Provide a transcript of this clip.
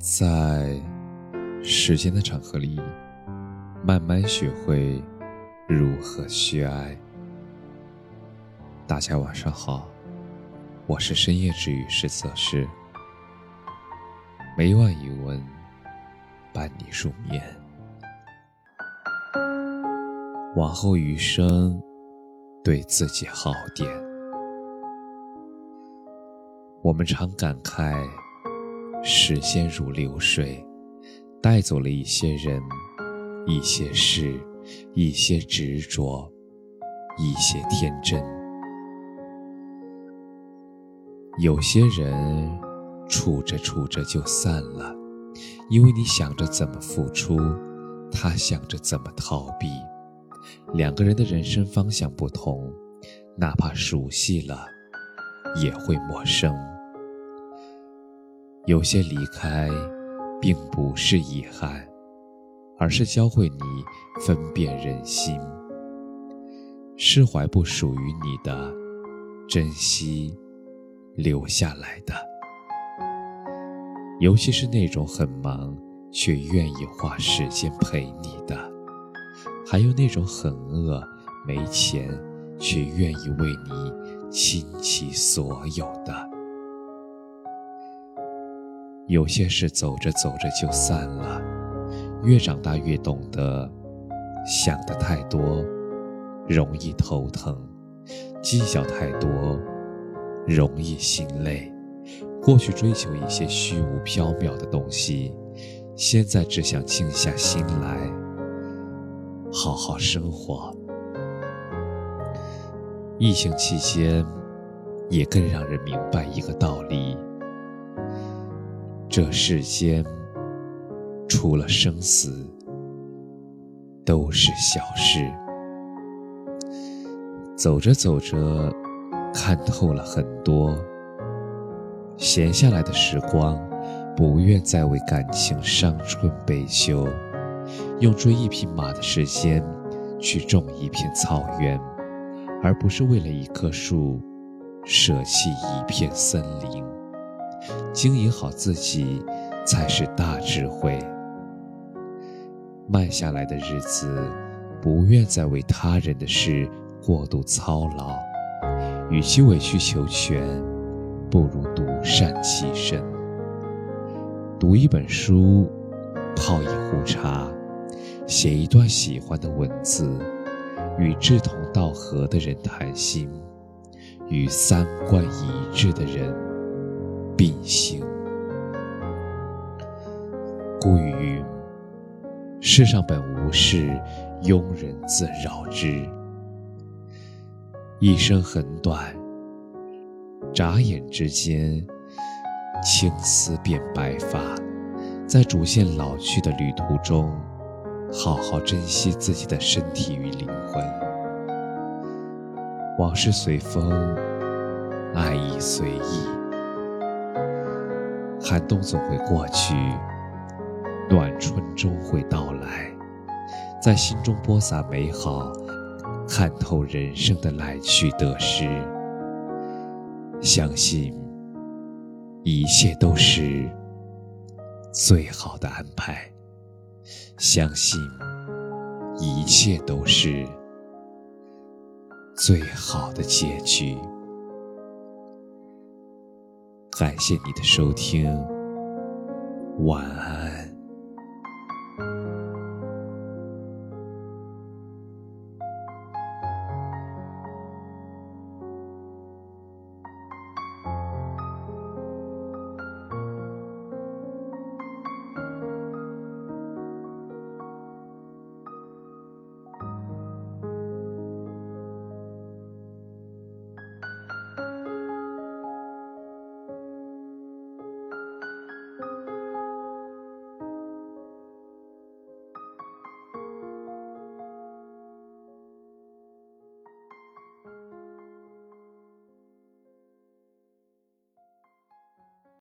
在时间的长河里，慢慢学会如何去爱。大家晚上好，我是深夜治愈师则师，每晚一文伴你入眠。往后余生，对自己好点。我们常感慨，时间如流水，带走了一些人，一些事，一些执着，一些天真。有些人处着处着就散了，因为你想着怎么付出，他想着怎么逃避。两个人的人生方向不同，哪怕熟悉了也会陌生。有些离开并不是遗憾，而是教会你分辨人心，释怀不属于你的，珍惜留下来的。尤其是那种很忙却愿意花时间陪你的，还有那种很饿没钱却愿意为你倾其所有的。有些事走着走着就散了，越长大越懂得，想得太多容易头疼，计较太多容易心累。过去追求一些虚无缥缈的东西，现在只想静下心来好好生活。疫情期间也更让人明白一个道理，这世间除了生死都是小事。走着走着看透了很多，闲下来的时光不愿再为感情伤春悲秋，用追一匹马的时间去种一片草原，而不是为了一棵树舍弃一片森林。经营好自己才是大智慧。慢下来的日子，不愿再为他人的事过度操劳，与其委曲求全，不如独善其身。读一本书，泡一壶茶，写一段喜欢的文字，与志同道合的人谈心，与三观一致的人并行。古语云，世上本无事，庸人自扰之。一生很短，眨眼之间，青丝变白发。在逐渐老去的旅途中，好好珍惜自己的身体与灵魂。往事随风，爱意随意。寒冬总会过去，暖春终会到来。在心中播撒美好，看透人生的来去得失。相信一切都是最好的安排，相信一切都是最好的结局。感谢你的收听，晚安。